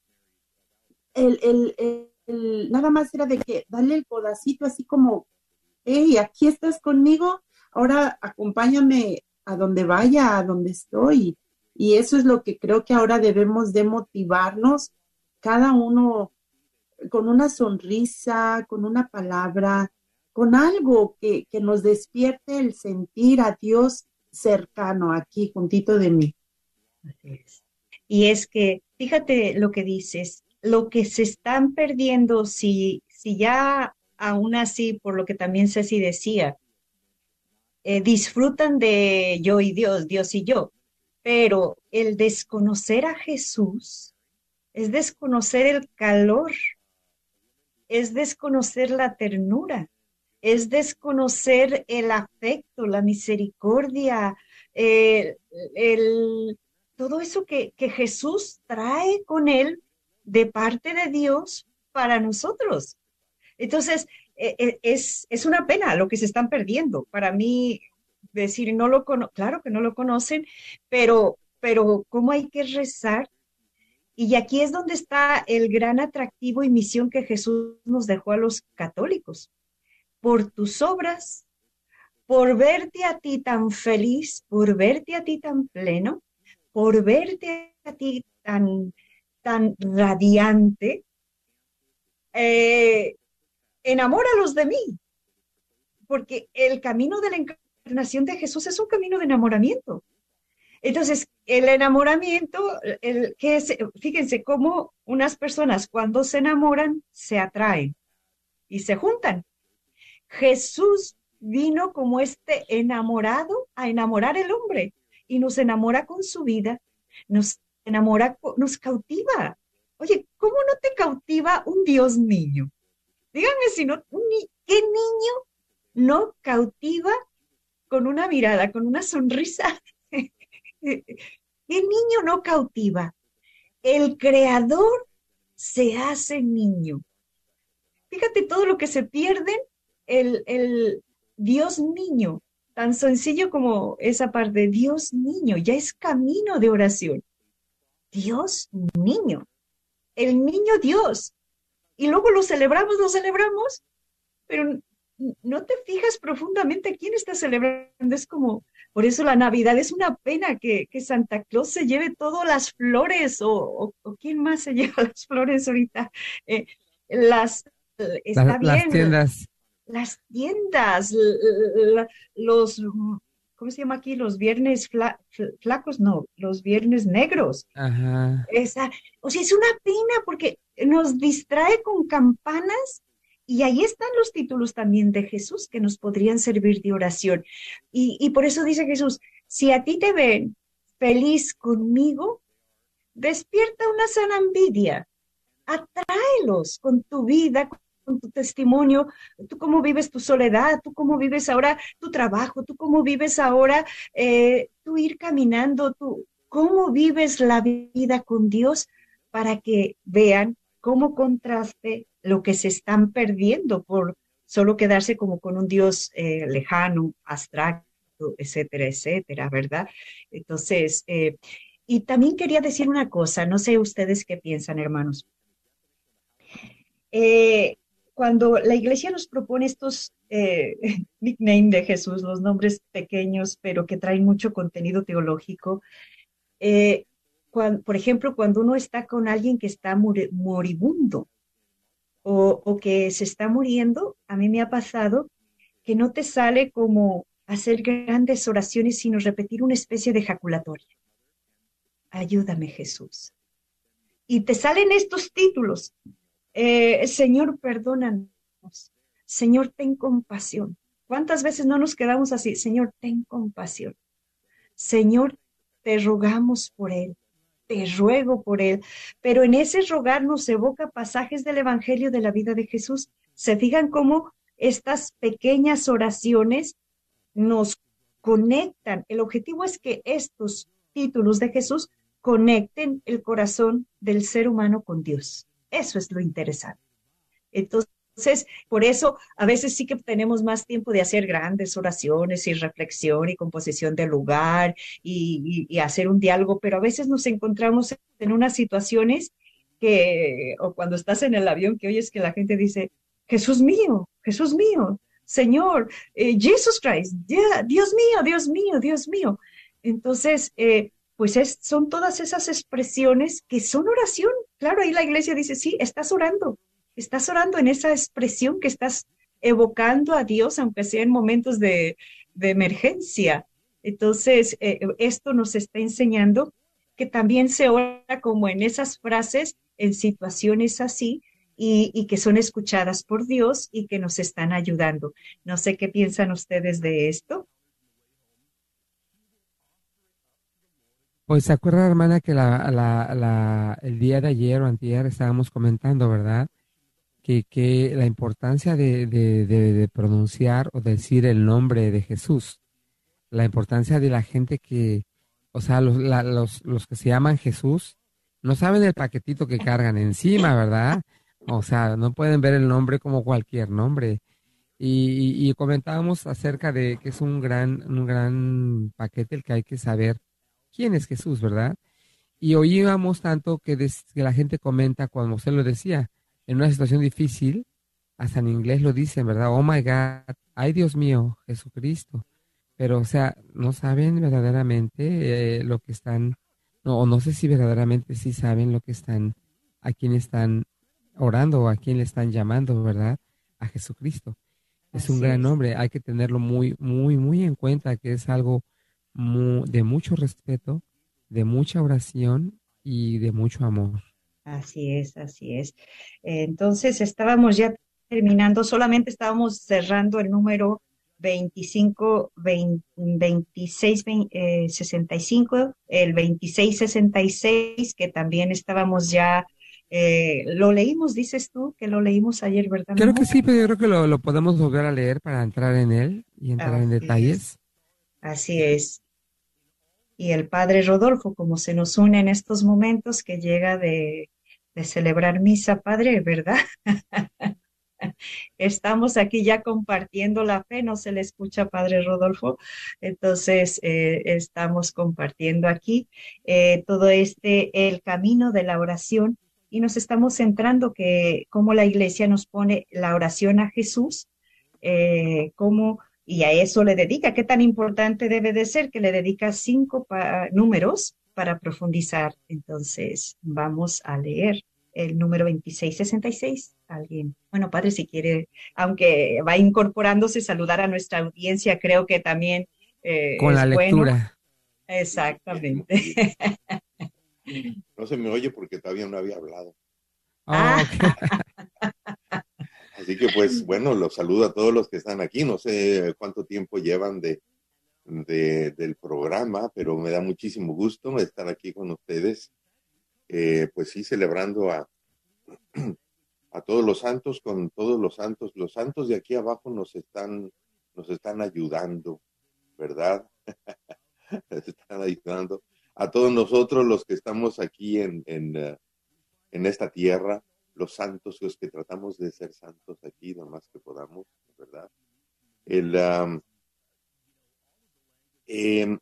El, el, el, el, nada más era de que darle el codacito así como, hey, aquí estás conmigo, ahora acompáñame a donde vaya, a donde estoy. Y eso es lo que creo que ahora debemos de motivarnos, cada uno con una sonrisa, con una palabra, con algo que, que nos despierte el sentir a Dios cercano aquí, juntito de mí. Así es. Y es que, fíjate lo que dices, lo que se están perdiendo, si, si ya aún así, por lo que también Ceci decía, eh, disfrutan de yo y Dios, Dios y yo, pero el desconocer a Jesús es desconocer el calor, es desconocer la ternura, es desconocer el afecto, la misericordia, eh, el... todo eso que, que Jesús trae con él de parte de Dios para nosotros. Entonces, eh, es, es una pena lo que se están perdiendo. Para mí, decir, no lo cono- claro que no lo conocen, pero, pero cómo hay que rezar. Y aquí es donde está el gran atractivo y misión que Jesús nos dejó a los católicos. Por tus obras, por verte a ti tan feliz, por verte a ti tan pleno, por verte a ti tan, tan radiante, eh, enamóralos de mí, porque el camino de la encarnación de Jesús es un camino de enamoramiento. Entonces, el enamoramiento, el, que es, fíjense cómo unas personas cuando se enamoran, se atraen y se juntan. Jesús vino como este enamorado a enamorar al hombre. Y nos enamora con su vida, nos enamora, nos cautiva. Oye, ¿cómo no te cautiva un Dios niño? Díganme si no, ¿qué niño no cautiva con una mirada, con una sonrisa? ¿Qué niño no cautiva? El Creador se hace niño. Fíjate todo lo que se pierde, el, el Dios niño. Tan sencillo como esa parte, Dios niño, ya es camino de oración. Dios niño, el niño Dios. Y luego lo celebramos, lo celebramos, pero no te fijas profundamente quién está celebrando. Es como, por eso la Navidad es una pena que, que Santa Claus se lleve todas las flores, o, o, o quién más se lleva las flores ahorita. Eh, las, está las, bien. Las tiendas. Las tiendas, los, ¿cómo se llama aquí? Los viernes fla, flacos, no, los viernes negros. Ajá. Esa, o sea, es una pena porque nos distrae con campanas y ahí están los títulos también de Jesús que nos podrían servir de oración. Y, y por eso dice Jesús, si a ti te ven feliz conmigo, despierta una sana envidia, atráelos con tu vida, con tu testimonio, tú cómo vives tu soledad, tú cómo vives ahora tu trabajo, tú cómo vives ahora eh, tú ir caminando, tú cómo vives la vida con Dios, para que vean cómo contraste lo que se están perdiendo por solo quedarse como con un Dios eh, lejano, abstracto, etcétera, etcétera, ¿verdad? Entonces, eh, y también quería decir una cosa, no sé ustedes qué piensan, hermanos. Eh, cuando la iglesia nos propone estos eh, nicknames de Jesús, los nombres pequeños, pero que traen mucho contenido teológico, eh, cuan- por ejemplo, cuando uno está con alguien que está muri- moribundo o, o que se está muriendo, a mí me ha pasado que no te sale como hacer grandes oraciones, sino repetir una especie de ejaculatoria. Ayúdame, Jesús. Y te salen estos títulos. Eh, Señor, perdónanos. Señor, ten compasión. ¿Cuántas veces no nos quedamos así? Señor, ten compasión. Señor, te rogamos por él. Te ruego por él. Pero en ese rogar nos evoca pasajes del Evangelio de la vida de Jesús. ¿Se fijan cómo estas pequeñas oraciones nos conectan? El objetivo es que estos títulos de Jesús conecten el corazón del ser humano con Dios. Eso es lo interesante. Entonces, por eso a veces sí que tenemos más tiempo de hacer grandes oraciones y reflexión y composición del lugar y, y, y hacer un diálogo, pero a veces nos encontramos en unas situaciones que, o cuando estás en el avión, que oyes que la gente dice, Jesús mío, Jesús mío, Señor, eh, Jesus Christ, yeah, Dios mío, Dios mío, Dios mío. Entonces, eh, pues es, son todas esas expresiones que son oración. Claro, ahí la iglesia dice, sí, estás orando, estás orando en esa expresión que estás evocando a Dios, aunque sea en momentos de, de emergencia. Entonces, eh, esto nos está enseñando que también se ora como en esas frases, en situaciones así, y, y que son escuchadas por Dios y que nos están ayudando. No sé qué piensan ustedes de esto. Pues se acuerda, hermana, que la, la, la, el día de ayer o antier estábamos comentando, ¿verdad? Que, que la importancia de, de, de, de pronunciar o decir el nombre de Jesús, la importancia de la gente que, o sea, los, la, los, los que se llaman Jesús, no saben el paquetito que cargan encima, ¿verdad? O sea, no pueden ver el nombre como cualquier nombre. Y, y, y comentábamos acerca de que es un gran, un gran paquete el que hay que saber quién es Jesús, ¿verdad? Y oíamos tanto que, des, que la gente comenta, cuando usted lo decía, en una situación difícil, hasta en inglés lo dicen, ¿verdad? Oh my God, ay Dios mío, Jesucristo. Pero, o sea, no saben verdaderamente eh, lo que están, no, o no sé si verdaderamente sí saben lo que están, a quién están orando o a quién le están llamando, ¿verdad? A Jesucristo. Es un Así gran es. nombre, hay que tenerlo muy, muy, muy en cuenta, que es algo mu- de mucho respeto, de mucha oración y de mucho amor. Así es, así es. Eh, Entonces estábamos ya terminando, solamente estábamos cerrando el número veinticinco, veinte, veintiséis, veinte, eh, sesenta y cinco, el veintiséis sesenta y seis, que también estábamos ya, eh, lo leímos, dices tú, que lo leímos ayer, ¿verdad, Creo Memo? que sí, pero yo creo que lo, lo podemos volver a leer para entrar en él y entrar en Así es, detalles. así es. Y el padre Rodolfo, como se nos une en estos momentos que llega de, de celebrar misa, padre, ¿verdad? Estamos aquí ya compartiendo la fe, no se le escucha, padre Rodolfo. Entonces, eh, estamos compartiendo aquí eh, todo este, el camino de la oración, y nos estamos centrando que cómo la iglesia nos pone la oración a Jesús, eh, cómo, y a eso le dedica, qué tan importante debe de ser, que le dedica cinco pa- números para profundizar. Entonces, vamos a leer el número veintiséis sesenta y seis. Alguien, bueno, padre, si quiere, aunque va incorporándose, saludar a nuestra audiencia, creo que también eh, Con la es bueno. lectura. Exactamente. No se me oye porque todavía no había hablado. Oh, ok. Así que pues bueno, los saludo a todos los que están aquí. No sé cuánto tiempo llevan de, de del programa, pero me da muchísimo gusto estar aquí con ustedes. Eh, pues sí, celebrando a, a todos los santos, con todos los santos. Los santos de aquí abajo nos están, nos están ayudando, ¿verdad? Nos están ayudando a todos nosotros los que estamos aquí en, en, uh, en esta tierra, los santos, los que tratamos de ser santos aquí lo más que podamos, ¿verdad? El, um, eh,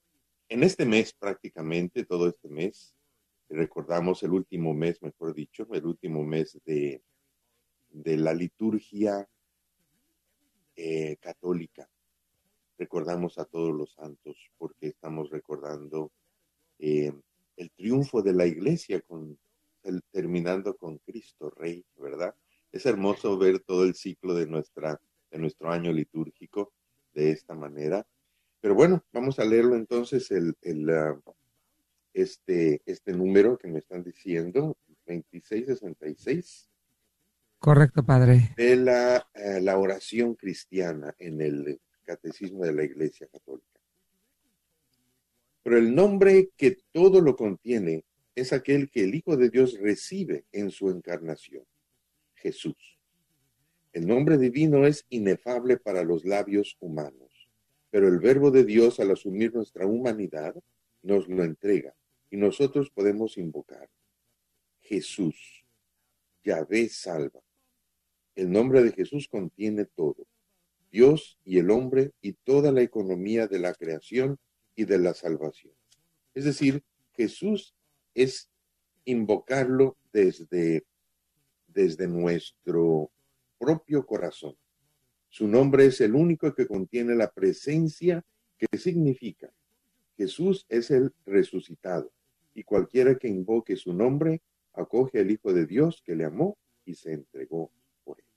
En este mes prácticamente, todo este mes, recordamos el último mes, mejor dicho, el último mes de, de la liturgia eh, católica. Recordamos a todos los santos porque estamos recordando eh, el triunfo de la iglesia con, el, terminando con Cristo Rey, ¿verdad? Es hermoso ver todo el ciclo de, nuestra, de nuestro año litúrgico de esta manera. Pero bueno, vamos a leerlo entonces, el, el, uh, este, este número que me están diciendo, veintiséis sesenta y seis. Correcto, Padre. De la, uh, la oración cristiana en el Catecismo de la Iglesia Católica. Pero el nombre que todo lo contiene es aquel que el Hijo de Dios recibe en su encarnación, Jesús. El nombre divino es inefable para los labios humanos, pero el Verbo de Dios, al asumir nuestra humanidad, nos lo entrega y nosotros podemos invocar. Jesús, Yahvé salva. El nombre de Jesús contiene todo. Dios y el hombre y toda la economía de la creación y de la salvación. Es decir, Jesús es invocarlo desde, desde nuestro propio corazón. Su nombre es el único que contiene la presencia que significa Jesús es el resucitado, y cualquiera que invoque su nombre acoge al Hijo de Dios que le amó y se entregó por él.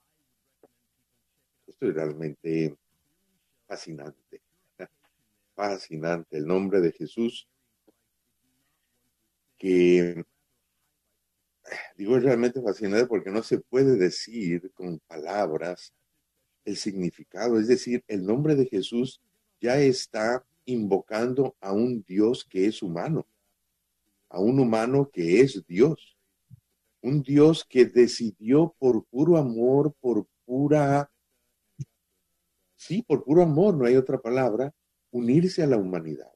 Esto es realmente fascinante, fascinante, el nombre de Jesús, que digo es realmente fascinante porque no se puede decir con palabras el significado, es decir, el nombre de Jesús ya está invocando a un Dios que es humano, a un humano que es Dios, un Dios que decidió por puro amor, por pura, sí, por puro amor, no hay otra palabra, unirse a la humanidad.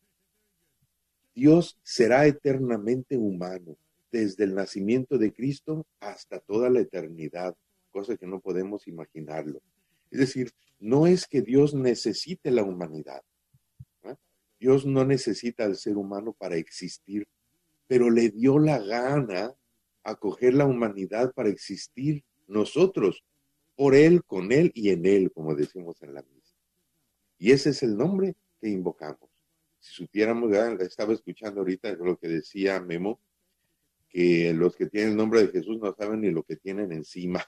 Dios será eternamente humano, desde el nacimiento de Cristo hasta toda la eternidad, cosa que no podemos imaginarlo. Es decir, no es que Dios necesite la humanidad. ¿eh? Dios no necesita al ser humano para existir, pero le dio la gana acoger la humanidad para existir nosotros, por Él, con Él y en Él, como decimos en la misa. Y ese es el nombre que invocamos. Si supiéramos, ya estaba escuchando ahorita lo que decía Memo, que los que tienen el nombre de Jesús no saben ni lo que tienen encima.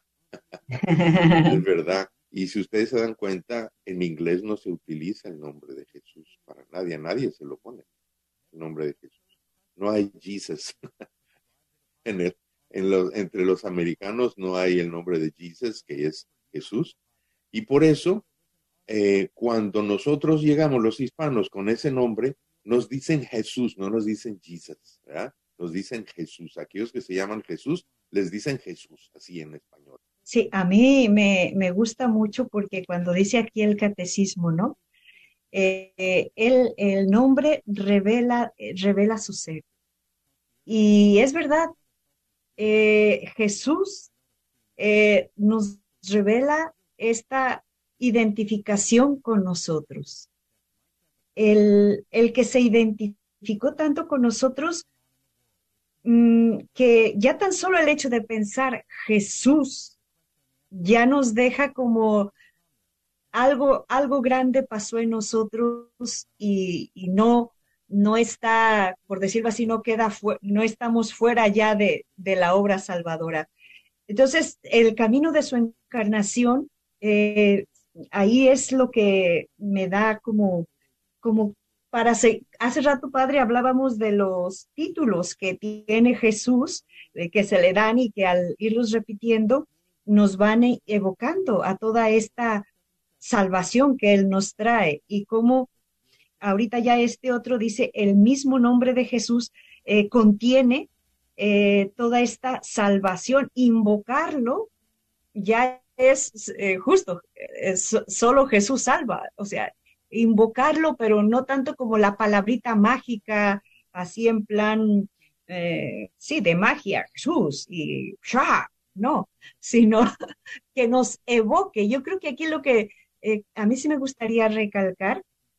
Es verdad. Y si ustedes se dan cuenta, en inglés no se utiliza el nombre de Jesús para nadie, a nadie se lo pone el nombre de Jesús. No hay Jesus. en el, en los, entre los americanos no hay el nombre de Jesus, que es Jesús. Y por eso, eh, cuando nosotros llegamos, los hispanos, con ese nombre, nos dicen Jesús, no nos dicen Jesus, ¿verdad? Nos dicen Jesús. Aquellos que se llaman Jesús, les dicen Jesús, así en español. Sí, a mí me, me gusta mucho porque cuando dice aquí el catecismo, ¿no? Eh, el, el nombre revela, revela su ser. Y es verdad, eh, Jesús eh, nos revela esta identificación con nosotros. El, el que se identificó tanto con nosotros mmm, que ya tan solo el hecho de pensar Jesús ya nos deja como algo, algo grande pasó en nosotros y, y no, no está, por decirlo así, no queda fu- no estamos fuera ya de, de la obra salvadora. Entonces, el camino de su encarnación, eh, ahí es lo que me da como, como para se, hace rato, Padre, hablábamos de los títulos que tiene Jesús, eh, que se le dan y que al irlos repitiendo, nos van evocando a toda esta salvación que Él nos trae y como ahorita ya este otro dice, el mismo nombre de Jesús eh, contiene eh, toda esta salvación. Invocarlo ya es eh, justo, es, solo Jesús salva, o sea, invocarlo, pero no tanto como la palabrita mágica, así en plan, eh, sí, de magia, Jesús y ¡shah! No, sino que nos evoque. Yo creo que aquí lo que eh, a mí sí me gustaría recalcar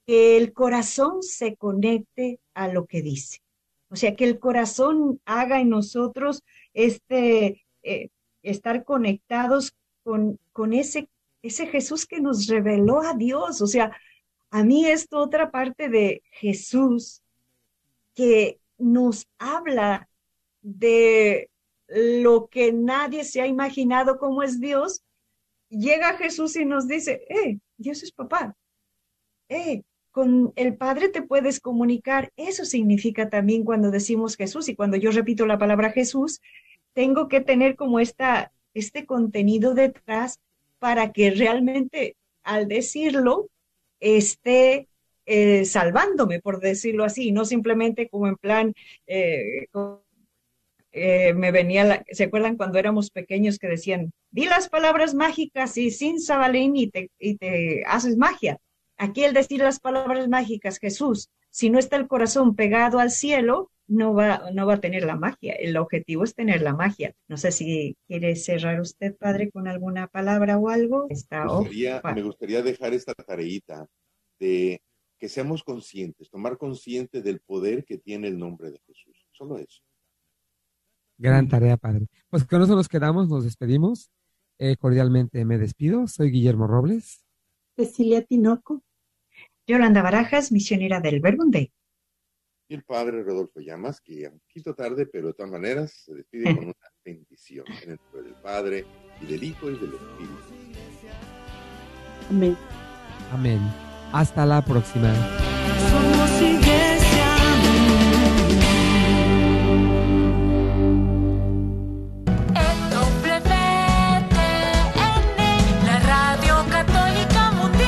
que el corazón se conecte a lo que dice. O sea, que el corazón haga en nosotros este, eh, estar conectados con, con ese, ese Jesús que nos reveló a Dios. O sea, a mí esto otra parte de Jesús que nos habla de lo que nadie se ha imaginado cómo es Dios. Llega Jesús y nos dice, eh, Dios es papá. Eh, con el Padre te puedes comunicar. Eso significa también cuando decimos Jesús, y cuando yo repito la palabra Jesús, tengo que tener como esta, este contenido detrás para que realmente al decirlo esté eh, salvándome, por decirlo así, no simplemente como en plan, eh, como, eh, me venía, la, ¿se acuerdan cuando éramos pequeños que decían, di las palabras mágicas y sin sabalín y te, y te haces magia? Aquí el decir las palabras mágicas, Jesús, si no está el corazón pegado al cielo, no va, no va a tener la magia. El objetivo es tener la magia. No sé si quiere cerrar usted, padre, con alguna palabra o algo. Está me, gustaría, me gustaría dejar esta tareita de que seamos conscientes, tomar consciente del poder que tiene el nombre de Jesús. Solo eso. Gran tarea, padre. Pues con eso nos quedamos, nos despedimos. Eh, cordialmente me despido. Soy Guillermo Robles. Cecilia Tinoco. Yolanda Barajas, misionera del Verbum-Dei. Y el padre Rodolfo Llamas, que un poquito tarde, pero de todas maneras se despide con una bendición en el nombre del Padre y del Hijo y del Espíritu. Amén. Amén. Hasta la próxima. Somos iglesia. W T N, la Radio Católica Mundial.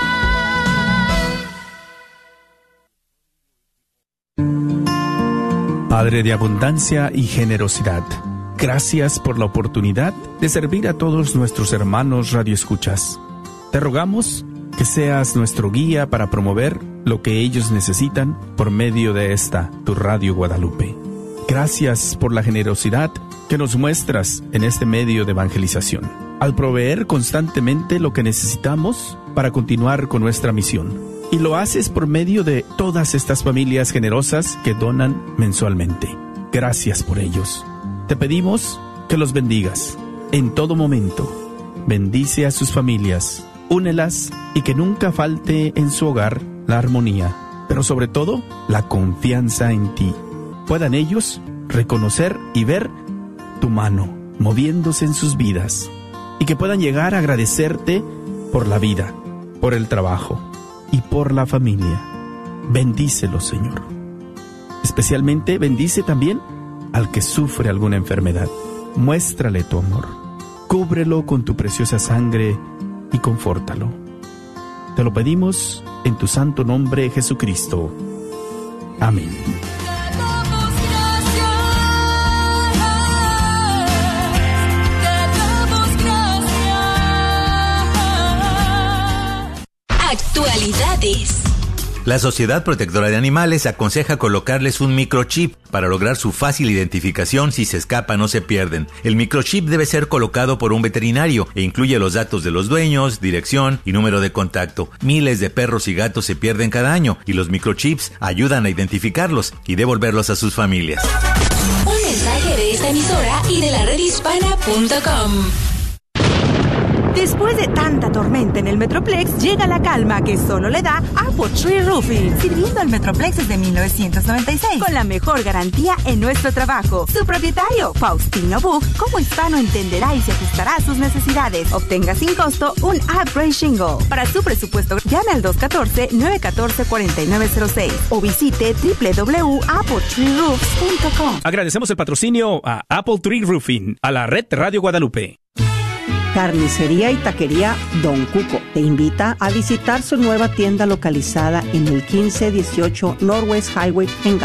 Padre de abundancia y generosidad, gracias por la oportunidad de servir a todos nuestros hermanos radioescuchas. Te rogamos que seas nuestro guía para promover lo que ellos necesitan por medio de esta, tu Radio Guadalupe. Gracias por la generosidad que nos muestras en este medio de evangelización, al proveer constantemente lo que necesitamos para continuar con nuestra misión. Y lo haces por medio de todas estas familias generosas que donan mensualmente. Gracias por ellos. Te pedimos que los bendigas en todo momento. Bendice a sus familias, únelas y que nunca falte en su hogar la armonía, pero sobre todo la confianza en ti. Puedan ellos reconocer y ver tu mano moviéndose en sus vidas y que puedan llegar a agradecerte por la vida, por el trabajo y por la familia. Bendícelo, Señor. Especialmente bendice también al que sufre alguna enfermedad. Muéstrale tu amor. Cúbrelo con tu preciosa sangre y confórtalo. Te lo pedimos en tu santo nombre, Jesucristo. Amén. Actualidades. La Sociedad Protectora de Animales aconseja colocarles un microchip para lograr su fácil identificación si se escapan o se pierden. El microchip debe ser colocado por un veterinario e incluye los datos de los dueños, dirección y número de contacto. Miles de perros y gatos se pierden cada año y los microchips ayudan a identificarlos y devolverlos a sus familias. Un mensaje de esta emisora y de la red hispana punto com. Después de tanta tormenta en el Metroplex, llega la calma que solo le da Apple Tree Roofing. Sirviendo al Metroplex desde mil novecientos noventa y seis. Con la mejor garantía en nuestro trabajo. Su propietario, Faustino Buch, como hispano entenderá y se ajustará a sus necesidades. Obtenga sin costo un upgrade shingle. Para su presupuesto, llame al dos uno cuatro, nueve uno cuatro, cuatro nueve cero seis o visite doble u doble u doble u punto apple tree roofs punto com. Agradecemos el patrocinio a Apple Tree Roofing, a la red Radio Guadalupe. Carnicería y Taquería Don Cuco te invita a visitar su nueva tienda localizada en el quince dieciocho Northwest Highway en